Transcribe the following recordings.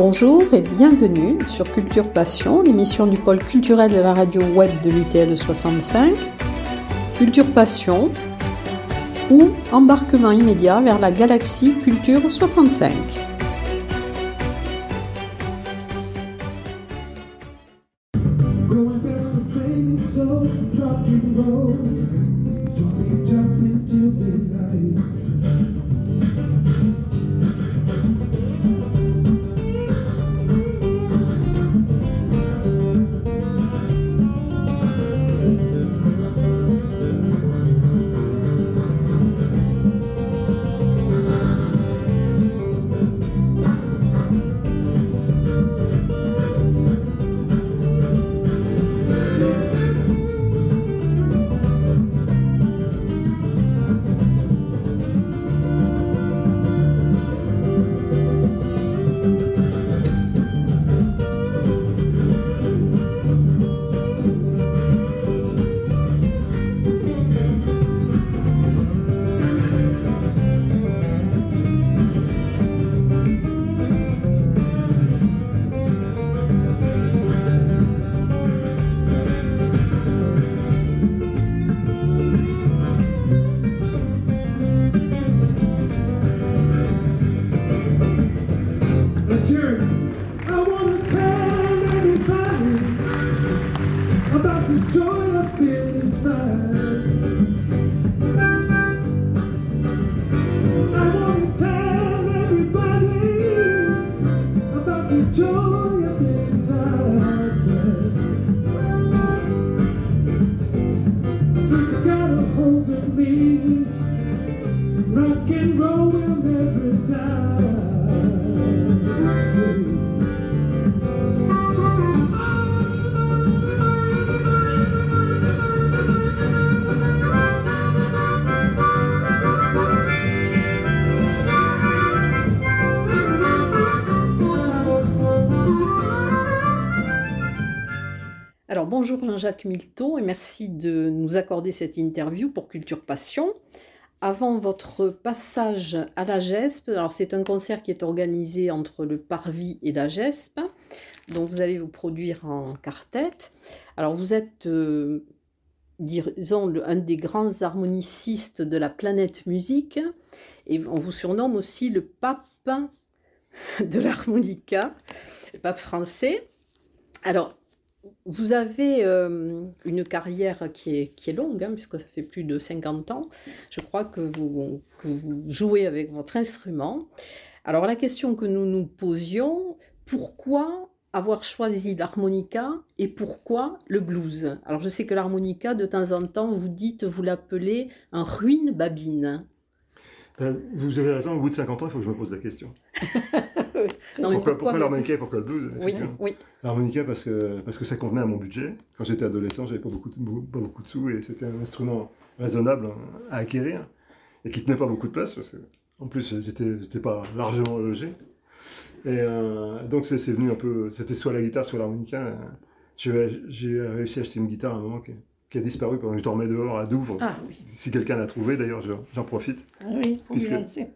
Bonjour et bienvenue sur Culture Passion, l'émission du pôle culturel de la radio web de l'UTL 65. Culture Passion ou embarquement immédiat vers la galaxie Culture 65. Alors bonjour Jean-Jacques Milteau et merci de nous accorder cette interview pour Culture Passion. Avant votre passage à la GESP, alors c'est un concert qui est organisé entre le Parvis et la GESP, donc vous allez vous produire en quartet. Alors vous êtes, disons, un des grands harmonicistes de la planète musique et on vous surnomme aussi le pape de l'harmonica, le pape français. Alors, vous avez une carrière qui est longue, puisque ça fait plus de 50 ans. Je crois que vous jouez avec votre instrument. Alors la question que nous nous posions, pourquoi avoir choisi l'harmonica et pourquoi le blues? Alors je sais que l'harmonica, de temps en temps, vous l'appelez un ruine-babine. Vous avez raison, au bout de 50 ans, il faut que je me pose la question. Non, pourquoi l'harmonica et pourquoi le blues? Oui. L'harmonica parce que ça convenait à mon budget. Quand j'étais adolescent, j'avais pas beaucoup de sous et c'était un instrument raisonnable à acquérir et qui tenait pas beaucoup de place parce que en plus j'étais pas largement logé. Et donc c'est venu un peu, c'était soit la guitare soit l'harmonica. J'ai réussi à acheter une guitare à un moment qui a disparu pendant que je dormais dehors à Douvres. Ah, oui. Si quelqu'un l'a trouvé, d'ailleurs, j'en profite. Ah oui, puisque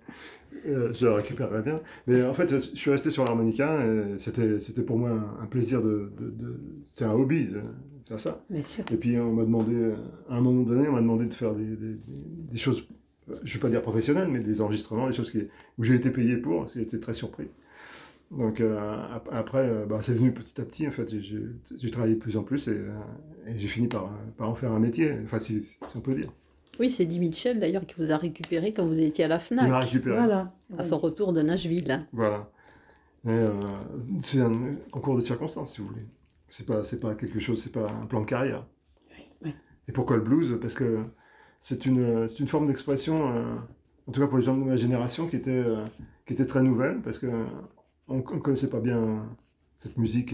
je la récupérerai bien. Mais en fait, je suis resté sur l'harmonica. C'était pour moi un plaisir c'était un hobby de faire ça. Bien sûr. Et puis on m'a demandé, à un moment donné, de faire des choses, je ne vais pas dire professionnelles, mais des enregistrements, des choses où j'ai été payé pour, parce que j'étais très surpris. Donc après, c'est venu petit à petit. En fait, j'ai travaillé de plus en plus et j'ai fini par en faire un métier. Enfin, si on peut dire. Oui, c'est Eddie Mitchell d'ailleurs qui vous a récupéré quand vous étiez à la FNAC. Il m'a récupéré. Voilà, à son retour de Nashville. Voilà. C'est un concours de circonstances, si vous voulez. C'est pas quelque chose, c'est pas un plan de carrière. Oui. Et pourquoi le blues? Parce que c'est une forme d'expression, en tout cas pour les gens de ma génération, qui était très nouvelle, parce que on ne connaissait pas bien cette musique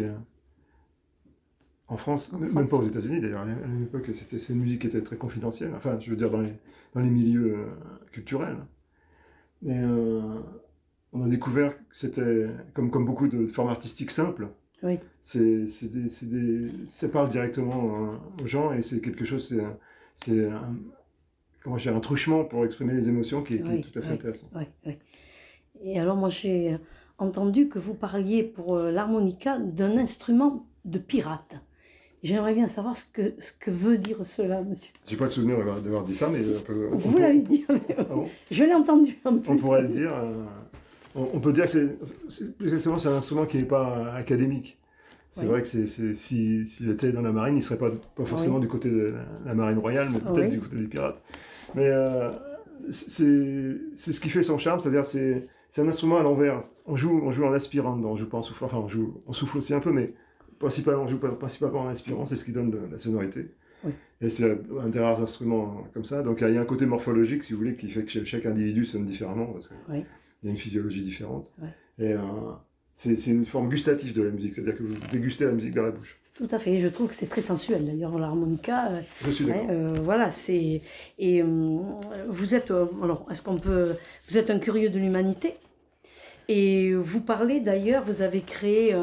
en France, même pas aux États-Unis d'ailleurs. À l'époque, c'est une musique qui était très confidentielle, enfin, je veux dire, dans les milieux culturels. Et on a découvert que c'était, comme beaucoup de formes artistiques simples, oui. Ça parle directement aux gens et c'est quelque chose, c'est un truchement pour exprimer les émotions qui est tout à fait intéressant. Oui. Et alors moi j'ai entendu que vous parliez pour l'harmonica d'un instrument de pirate. J'aimerais bien savoir ce que veut dire cela, monsieur. J'ai pas le souvenir d'avoir dit ça, mais Vous l'avez dit, mais Ah bon je l'ai entendu en plus. On pourrait le dire. On peut dire que exactement, c'est un instrument qui n'est pas académique. C'est Oui. vrai que s'il était dans la marine, il ne serait pas forcément Oui. du côté de la marine royale, mais peut-être Oui. du côté des pirates. Mais c'est ce qui fait son charme, c'est-à-dire c'est un instrument à l'envers. On joue en aspirant dedans, on joue pas en soufflant, enfin on souffle aussi un peu, mais on joue principalement en aspirant, c'est ce qui donne de la sonorité. Oui. Et c'est un des rares instruments comme ça. Donc il y a un côté morphologique, si vous voulez, qui fait que chaque individu sonne différemment, parce qu'il Oui. y a une physiologie différente. Oui. Et c'est une forme gustative de la musique, c'est-à-dire que vous dégustez la musique dans la bouche. Tout à fait, je trouve que c'est très sensuel d'ailleurs l'harmonica. Je suis d'accord. Voilà, c'est. Et vous êtes. Alors, est-ce qu'on peut. Vous êtes un curieux de l'humanité. Et vous parlez d'ailleurs, vous avez créé.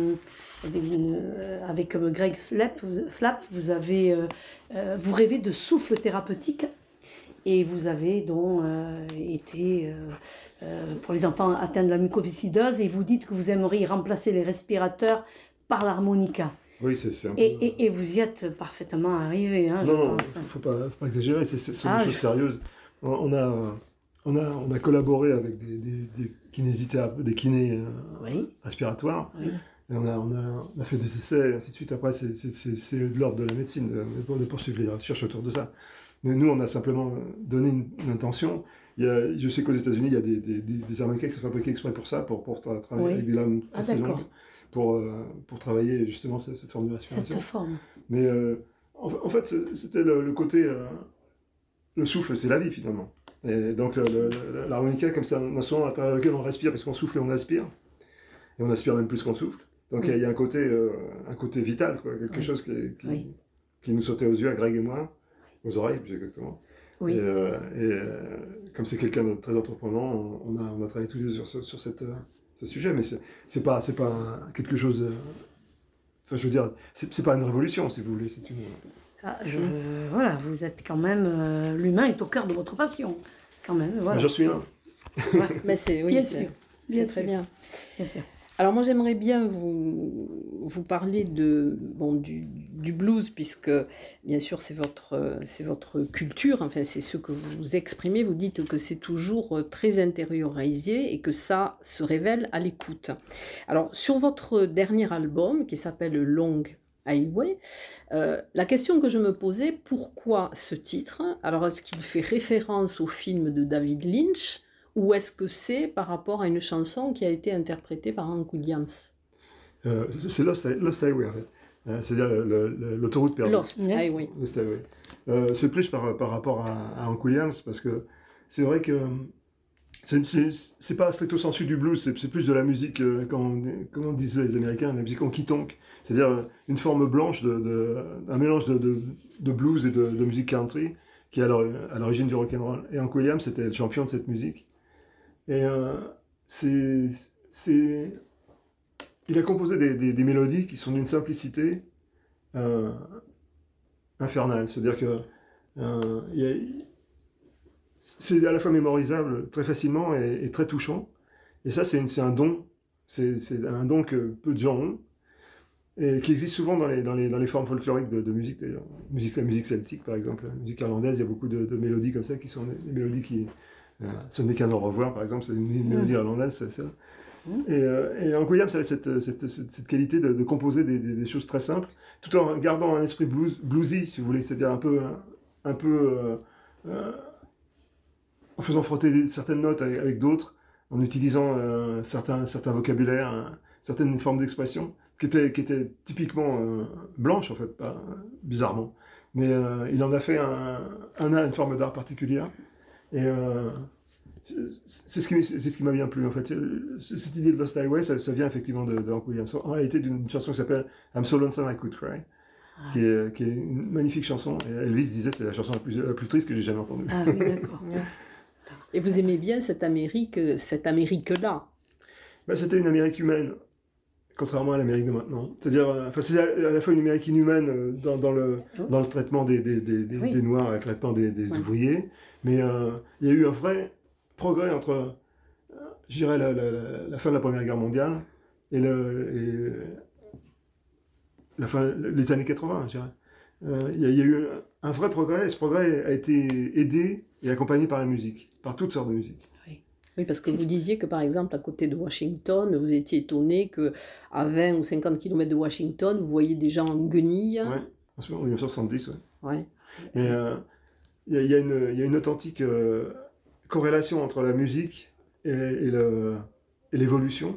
Avec Greg Slap, vous avez. Vous rêvez de souffle thérapeutique. Et vous avez donc été. Pour les enfants atteints de la mucoviscidose, et vous dites que vous aimeriez remplacer les respirateurs par l'harmonica. Oui, c'est un peu... Et vous y êtes parfaitement arrivé. Hein, non, faut pas exagérer, ce sont des choses sérieuses. On a collaboré avec des kinés oui. respiratoires. Oui. Et on a fait des essais, et ainsi de suite. Après, c'est de l'ordre de la médecine de poursuivre les recherches autour de ça. Mais nous, on a simplement donné une intention. Je sais qu'aux États-Unis, il y a des harmonicas qui sont fabriqués exprès pour ça, pour travailler Oui. avec des lames assez d'accord. longues, pour travailler justement cette forme de respiration. Cette forme. Mais en fait, c'était le côté... le souffle, c'est la vie, finalement. Et donc, l'harmonica, comme c'est un instrument à travers lequel on respire, puisqu'on souffle et on aspire. Et on aspire même plus qu'on souffle. Donc, il y a un côté vital, quoi, quelque chose qui nous sautait aux yeux, à Greg et moi, aux oreilles, plus exactement. Oui. Et comme c'est quelqu'un de très entreprenant, on a travaillé tous les deux sur ce sujet, mais c'est pas quelque chose de... Enfin, je veux dire, c'est pas une révolution, si vous voulez, c'est une... Voilà, vous êtes quand même... l'humain est au cœur de votre passion, quand même. Voilà, j'en suis un. Ouais, mais bien sûr. C'est très bien. Bien sûr. Alors moi j'aimerais bien vous parler du blues, puisque bien sûr c'est votre culture, enfin c'est ce que vous exprimez, vous dites que c'est toujours très intériorisé et que ça se révèle à l'écoute. Alors sur votre dernier album qui s'appelle Long Highway, la question que je me posais, pourquoi ce titre? Alors est-ce qu'il fait référence au film de David Lynch? Ou est-ce que c'est par rapport à une chanson qui a été interprétée par Hank Williams? C'est Lost Highway, en fait. C'est-à-dire l'autoroute perdue. Lost Highway. Lost Highway. C'est plus par rapport à Hank Williams, parce que c'est vrai que c'est pas stricto sensu du blues, c'est plus de la musique, comment disaient les Américains, la musique honky-tonk. C'est-à-dire une forme blanche, un mélange de blues et de musique country, qui est à l'origine du rock'n'roll. Et Hank Williams était le champion de cette musique. Et il a composé des mélodies qui sont d'une simplicité infernale. C'est-à-dire que c'est à la fois mémorisable très facilement et très touchant. Et ça, c'est un don. C'est un don que peu de gens ont. Et qui existe souvent dans les formes folkloriques de musique, d'ailleurs. La musique celtique, par exemple. La musique irlandaise, il y a beaucoup de mélodies comme ça qui sont des mélodies qui... Ce n'est qu'un au revoir, par exemple, c'est une mélodie irlandaise, c'est ça. Et Hank Williams avait cette qualité de composer des choses très simples, tout en gardant un esprit bluesy, si vous voulez, c'est-à-dire un peu en faisant frotter certaines notes avec d'autres, en utilisant certains vocabulaires, certaines formes d'expression, qui étaient typiquement blanches, en fait, pas bizarrement. Mais il en a fait une forme d'art particulière. Et c'est ce qui m'a bien plu, en fait. Cette idée de Lost Highway, ça vient effectivement de Hank Williams. En réalité, d'une chanson qui s'appelle I'm So Lonesome I Could Cry, qui est une magnifique chanson. Et Elvis disait que c'est la chanson la plus triste que j'ai jamais entendue. Ah oui, d'accord. Et vous aimez bien cette Amérique-là? C'était une Amérique humaine, contrairement à l'Amérique de maintenant. C'est-à-dire, c'est à la fois une Amérique inhumaine dans le traitement des Noirs, le traitement des ouvriers, mais il y a eu un vrai progrès entre je dirais, la fin de la Première Guerre mondiale et les années 80, je dirais. Il y a eu un vrai progrès, et ce progrès a été aidé et accompagné par la musique, par toutes sortes de musique. Oui, parce que vous disiez que par exemple, à côté de Washington, vous étiez étonné qu'à 20 ou 50 km de Washington, vous voyez des gens en guenilles. Oui, en 1970, oui. Ouais. Mais il y a une authentique corrélation entre la musique et l'évolution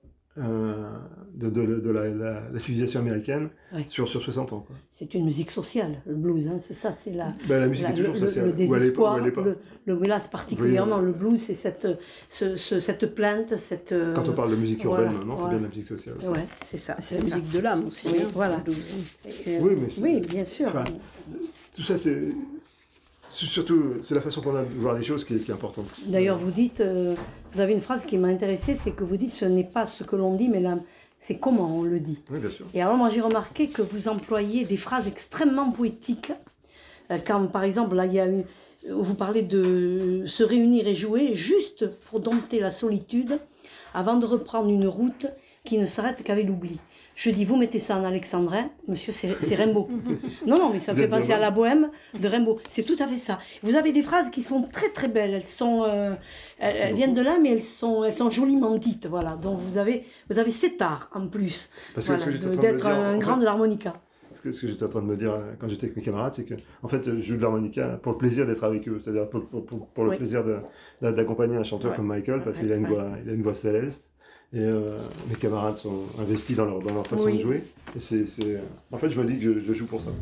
de la civilisation américaine sur 60 ans. Quoi. C'est une musique sociale, le blues, hein, c'est ça, c'est la musique est toujours sociale. Le désespoir, là, particulièrement le blues, c'est cette plainte, cette... Quand on parle de musique urbaine, maintenant, c'est bien de la musique sociale aussi. Ouais, c'est ça. C'est la musique de l'âme aussi. Oui, hein, voilà. Oui, bien sûr. Enfin, tout ça, surtout, c'est la façon qu'on a de voir les choses qui est importante. D'ailleurs, vous dites, vous avez une phrase qui m'a intéressée, c'est que vous dites, ce n'est pas ce que l'on dit, mais c'est comment on le dit. Oui, bien sûr. Et alors, moi, j'ai remarqué que vous employez des phrases extrêmement poétiques. Quand, par exemple, là, vous parlez de se réunir et jouer juste pour dompter la solitude avant de reprendre une route qui ne s'arrête qu'avec l'oubli. Je dis, vous mettez ça en alexandrin, monsieur, c'est Rimbaud. Non, mais ça me fait penser à la bohème de Rimbaud. C'est tout à fait ça. Vous avez des phrases qui sont très très belles. Elles viennent de là, mais elles sont joliment dites. Voilà. Donc vous avez cet art en plus d'être un grand de l'harmonica. Ce que j'étais en train de me dire quand j'étais avec mes camarades, c'est que en fait, je joue de l'harmonica pour le plaisir d'être avec eux, c'est-à-dire pour le plaisir d'accompagner un chanteur comme Michael, parce qu'il a une voix céleste. Et mes camarades sont investis dans leur façon de jouer. Et en fait, je me dis que je joue pour ça.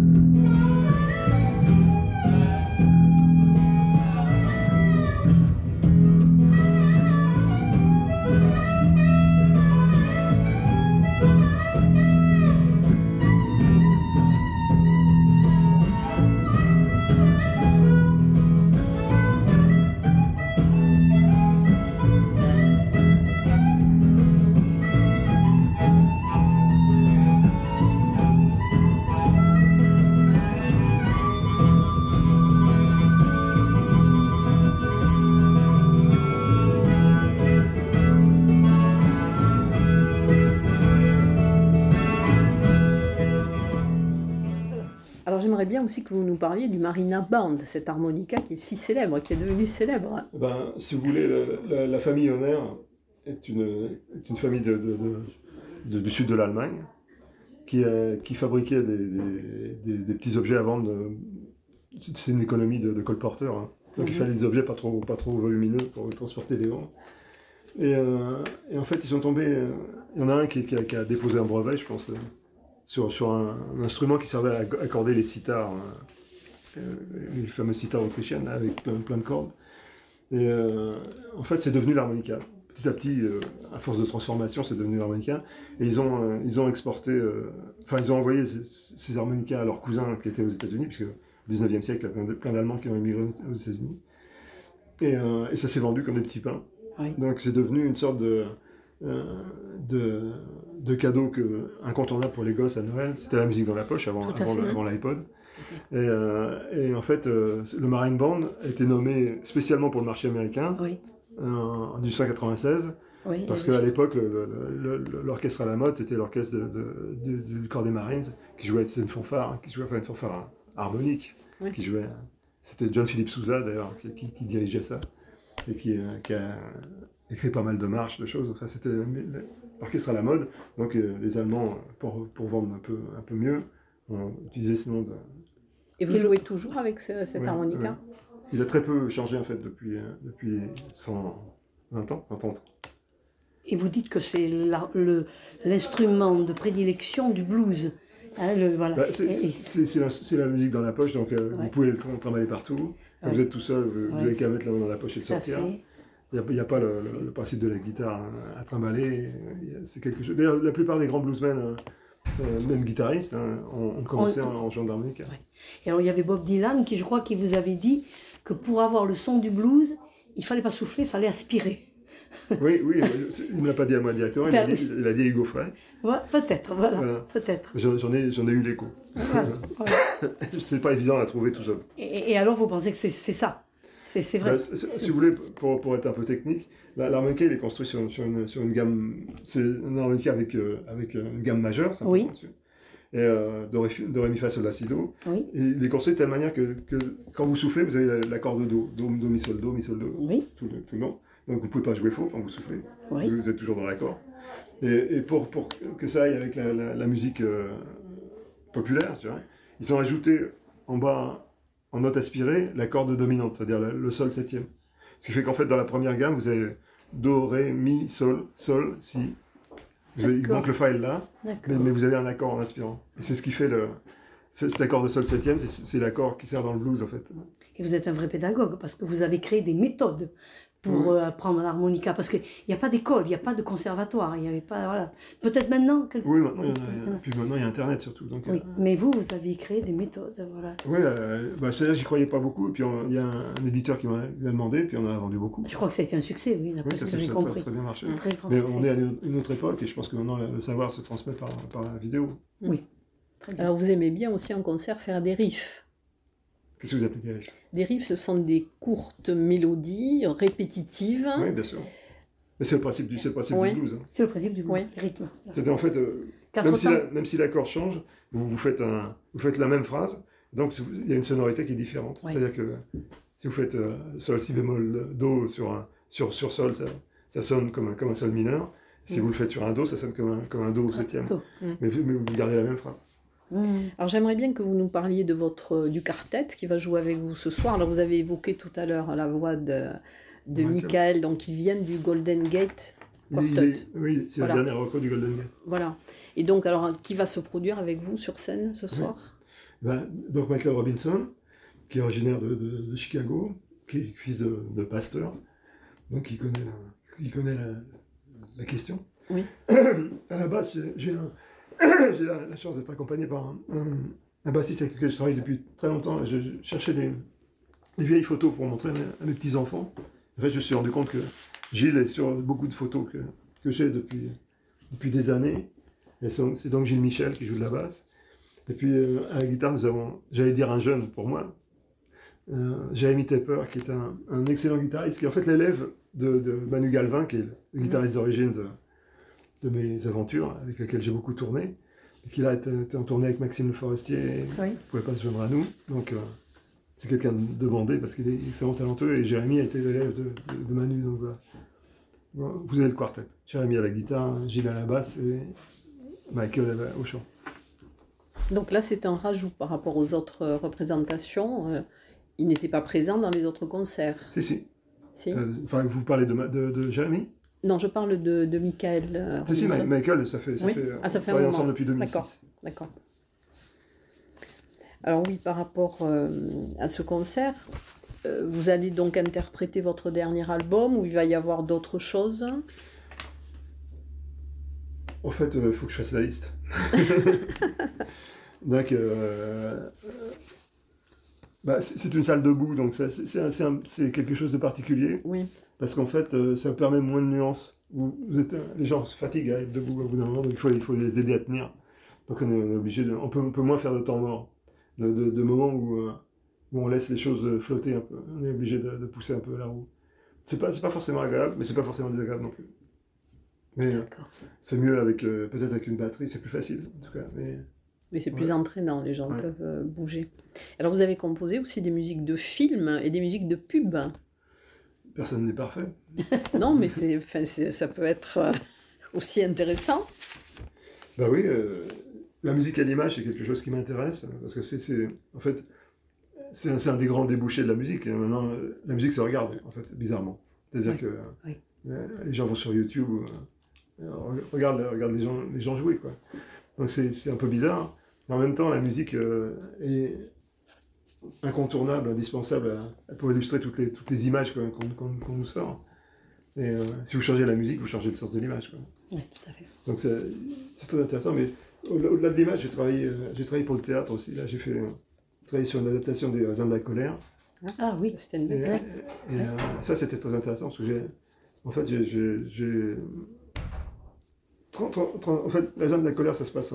J'aimerais bien aussi que vous nous parliez du Marina Band, cette harmonica qui est si célèbre, qui est devenue célèbre. Si vous voulez, la famille Hohner est une famille du sud de l'Allemagne qui fabriquait des petits objets à vendre. C'est une économie de colporteurs. Hein. Donc il fallait des objets pas trop volumineux pour transporter les vents. Et en fait, ils sont tombés. Il y en a un qui a déposé un brevet, je pense. Sur un instrument qui servait à accorder les sitars, les fameux sitars autrichiennes avec plein de cordes. Et en fait, c'est devenu l'harmonica. Petit à petit, à force de transformation, c'est devenu l'harmonica. Et ils ont exporté, ils ont envoyé ces harmonicas à leurs cousins qui étaient aux États-Unis, puisque au 19e siècle, il y a plein d'Allemands qui ont émigré aux États-Unis. Et ça s'est vendu comme des petits pains. Oui. Donc c'est devenu une sorte de cadeau incontournable pour les gosses à Noël. C'était la musique dans la poche avant l'iPod. Et en fait, le Marine Band a été nommé spécialement pour le marché américain en 1996. Oui, parce qu'à l'époque, l'orchestre à la mode, c'était l'orchestre du corps des Marines qui jouait une fanfare harmonique. Oui. C'était John Philip Sousa d'ailleurs qui dirigeait ça et qui a écrit pas mal de marches, de choses. Enfin, c'était l'orchestre à la mode. Donc les Allemands, pour vendre un peu mieux, ont utilisé ce nom. Et vous jouez toujours avec cette harmonica ? Oui. Il a très peu changé en fait depuis 120 ans, 130 ans. Et vous dites que c'est l'instrument de prédilection du blues. Hein, voilà. C'est la musique dans la poche, donc vous pouvez le trimballer partout. Quand vous êtes tout seul, vous n'avez qu'à mettre la main dans la poche et le sortir. Il n'y a pas le principe de la guitare à trimballer. C'est quelque chose. D'ailleurs, la plupart des grands bluesmen, même guitaristes, ont commencé en jouant de l'harmonica. Ouais. Et alors, il y avait Bob Dylan qui, je crois, qui vous avait dit que pour avoir le son du blues, il ne fallait pas souffler, il fallait aspirer. Oui, il ne l'a pas dit à moi directement, il a dit à Hugo Frey. Ouais, peut-être, voilà. Peut-être. J'en ai eu l'écho. Voilà. C'est pas évident à trouver tout seul. Et alors, vous pensez que c'est ça? C'est vrai. Si vous voulez, pour être un peu technique, L'harmonica, il est construit sur une gamme. C'est un harmonica avec une gamme majeure, simplement. Oui. Dessus. Et do, ré, mi, fa, sol, la, si, do. Oui. Et il est construit de telle manière que quand vous soufflez, vous avez l'accord de do. Do, mi, sol, do, Oui. tout le long. Donc vous ne pouvez pas jouer faux quand vous soufflez. Oui. Vous êtes toujours dans l'accord. Et pour que ça aille avec la musique populaire, tu vois, ils ont ajouté en bas, en note aspirée, la corde dominante, c'est-à-dire le sol septième. Ce qui fait qu'en fait, dans la première gamme, vous avez do, ré, mi, sol, sol, si. Il manque le fa et le la, mais vous avez un accord en aspirant. Et c'est ce qui fait cet accord de sol septième, c'est l'accord qui sert dans le blues en fait. Et vous êtes un vrai pédagogue parce que vous avez créé des méthodes pour apprendre l'harmonica. Parce qu'il n'y a pas d'école, il n'y a pas de conservatoire, il n'y avait pas... Voilà. Peut-être maintenant... Oui, maintenant il y en a. Puis maintenant il y a Internet surtout. Donc, oui, mais vous avez créé des méthodes, voilà. Oui, c'est-à-dire j'y croyais pas beaucoup, et puis il y a un éditeur qui m'a demandé, puis on en a vendu beaucoup. Je crois que ça a été un succès, oui, d'après ce que j'ai compris. Ça a très bien marché. Très grand mais succès. on est à une autre époque, et je pense que maintenant le savoir se transmet par la vidéo. Oui, très bien. Alors vous aimez bien aussi en concert faire des riffs. Qu'est-ce que vous appelez des riffs? Des riffs, ce sont des courtes mélodies répétitives. Oui, bien sûr. Mais c'est le principe du blues. Hein. C'est le principe du blues, Oui. rythme. C'est en fait, même si l'accord change, vous faites la même phrase, donc il y a une sonorité qui est différente. Oui. C'est-à-dire que si vous faites sol, si bémol, do sur sol, ça sonne comme un sol mineur. Si vous le faites sur un do, ça sonne comme un do au septième. Mais vous gardez la même phrase. Alors j'aimerais bien que vous nous parliez du quartet qui va jouer avec vous ce soir. Alors vous avez évoqué tout à l'heure la voix de Michael, donc qui vient du Golden Gate Quartet. Oui, c'est la dernière record du Golden Gate. Voilà. Et donc alors qui va se produire avec vous sur scène ce soir? Donc Michael Robinson, qui est originaire de Chicago, qui est fils de pasteur, donc il connaît la question. Oui. À la base, j'ai la chance d'être accompagné par un bassiste avec lequel je travaille depuis très longtemps. Je cherchais des vieilles photos pour montrer à mes petits-enfants. En fait, je me suis rendu compte que Gilles est sur beaucoup de photos que j'ai depuis des années. Et c'est donc Gilles Michel qui joue de la basse. Et puis à la guitare, j'allais dire un jeune pour moi, Jérémy Tepper, qui est un excellent guitariste, qui est en fait l'élève de Manu Galvin, qui est le guitariste d'origine de mes aventures, avec lequel j'ai beaucoup tourné, et qui là était en tournée avec Maxime Le Forestier, il ne pouvait pas se joindre à nous, donc c'est quelqu'un de demandé parce qu'il est extrêmement talentueux, et Jérémy a été l'élève de Manu, donc voilà. Bon, vous avez le quartet, Jérémy à la guitare, Gilles à la basse, et Michael au chant. Donc là c'est un rajout par rapport aux autres représentations, il n'était pas présent dans les autres concerts. Si. Vous parlez de Jérémy? Non, je parle de Michael. Si, Michael, ça fait ça fait un moment. Ensemble depuis 2006. D'accord. Alors oui, par rapport à ce concert, vous allez donc interpréter votre dernier album ou il va y avoir d'autres choses? En fait, il faut que je fasse la liste. Donc, c'est une salle debout, donc c'est quelque chose de particulier. Oui. Parce qu'en fait, ça permet moins de nuances. Les gens se fatiguent à être debout au bout d'un moment, donc il faut les aider à tenir. Donc on est obligé on peut moins faire de temps mort, de moments où on laisse les choses flotter un peu. On est obligé de pousser un peu la roue. C'est pas forcément agréable, mais c'est pas forcément désagréable non plus. Mais c'est mieux peut-être avec une batterie, c'est plus facile en tout cas. Oui, c'est plus entraînant, les gens peuvent bouger. Alors vous avez composé aussi des musiques de films et des musiques de pub. Personne n'est parfait. Non, mais ça peut être aussi intéressant. Bah oui, la musique à l'image, c'est quelque chose qui m'intéresse, parce que en fait, c'est un des grands débouchés de la musique. Et maintenant, la musique se regarde, en fait, bizarrement. C'est-à-dire que les gens vont sur YouTube, regardent les gens jouer, quoi. Donc c'est un peu bizarre. Mais en même temps, la musique est incontournable, indispensable pour illustrer toutes les images qu'on nous sort. Et si vous changez la musique, vous changez le sens de l'image. Oui, tout à fait. Donc c'est très intéressant, mais au-delà de l'image, j'ai travaillé pour le théâtre aussi. Là, j'ai travaillé sur une adaptation des Raisins de la colère. Ah oui, c'était une Et ça, c'était très intéressant, parce que en fait, Raisins de la colère, ça se passe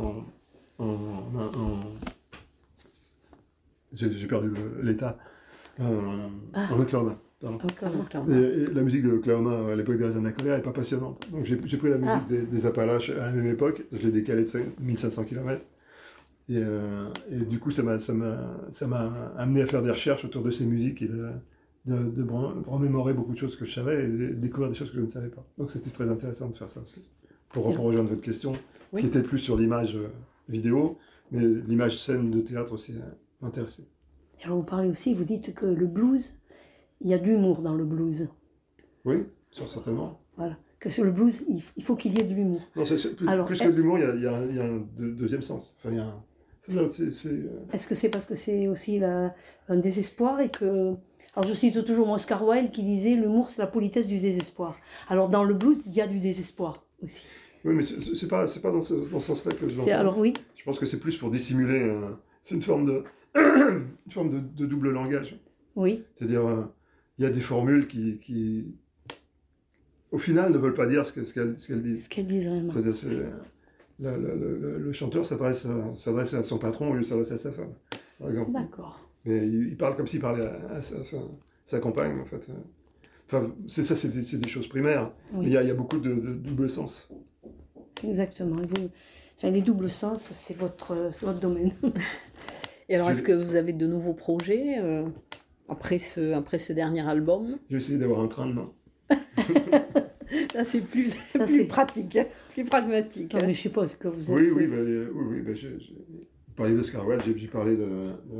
j'ai perdu l'état. En Oklahoma. Pardon. Encore. Et la musique de l'Oklahoma à l'époque des raisins d'Acolia n'est pas passionnante. Donc j'ai pris la musique des Appalaches à la même époque, je l'ai décalée de 1500 km. Et du coup, ça m'a amené à faire des recherches autour de ces musiques et de remémorer beaucoup de choses que je savais et de découvrir des choses que je ne savais pas. Donc c'était très intéressant de faire ça aussi. Pour rejoindre votre question, qui était plus sur l'image vidéo, mais l'image scène de théâtre aussi m'intéressait. Alors vous parlez aussi, vous dites que le blues, il y a de l'humour dans le blues. Oui, certainement. Voilà. Que sur le blues, il faut qu'il y ait de l'humour. Non, plus que de l'humour, il y a un deuxième sens. Enfin, Est-ce que c'est parce que c'est aussi un désespoir et que... Alors je cite toujours Oscar Wilde qui disait « L'humour, c'est la politesse du désespoir ». Alors dans le blues, il y a du désespoir aussi. Oui, mais c'est pas dans ce sens-là que je l'entends. Alors oui. Je pense que c'est plus pour dissimuler... c'est une forme de double langage. Oui. C'est-à-dire, il y a des formules qui au final, ne veulent pas dire ce qu'elles disent. Ce qu'elles disent vraiment. C'est-à-dire, le chanteur s'adresse à son patron au lieu de s'adresser à sa femme, par exemple. D'accord. Mais il parle comme s'il parlait à sa compagne, en fait. Enfin, c'est des choses primaires. Oui. Mais il y a beaucoup de double sens. Exactement. Les doubles sens, c'est votre domaine. Et alors, est-ce que vous avez de nouveaux projets après ce dernier album? J'ai essayé d'avoir un train de main. Là, c'est plus pratique, plus pragmatique. Non, mais je suppose que vous êtes... Oui, j'ai parlé d'Oscar Wilde, j'ai parlé de...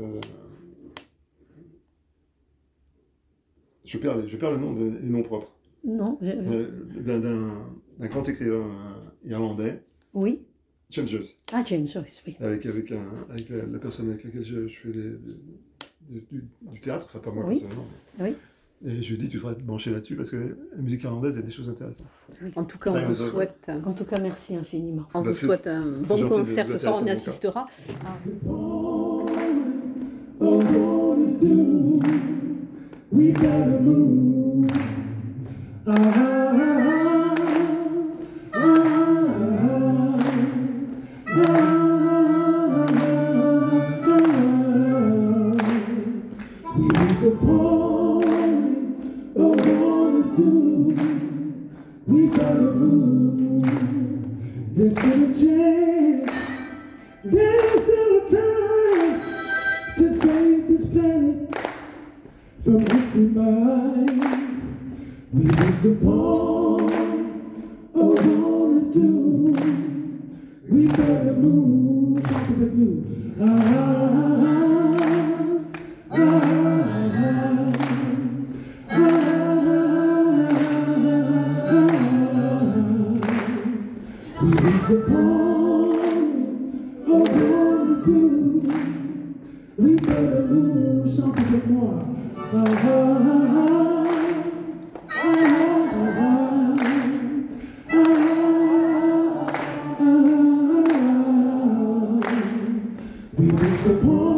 Je perds le nom des noms propres. Non. D'un grand écrivain irlandais. Oui. James Joyce. Ah, James Joyce, oui. Avec la personne avec laquelle je fais du théâtre, enfin pas moi personnellement. Oui. Et je lui ai dit, tu devrais te brancher là-dessus parce que la musique irlandaise, il y a des choses intéressantes. En tout cas, on vous souhaite... En tout cas, merci infiniment. On vous souhaite un bon concert ce soir, on y assistera. We gotta move. We gotta move. There's still a chance. There's still a time to save this planet from its demise. We reach the point of all is due. We gotta move. The point of all is due. We gotta move. Chante avec moi. We reach the point.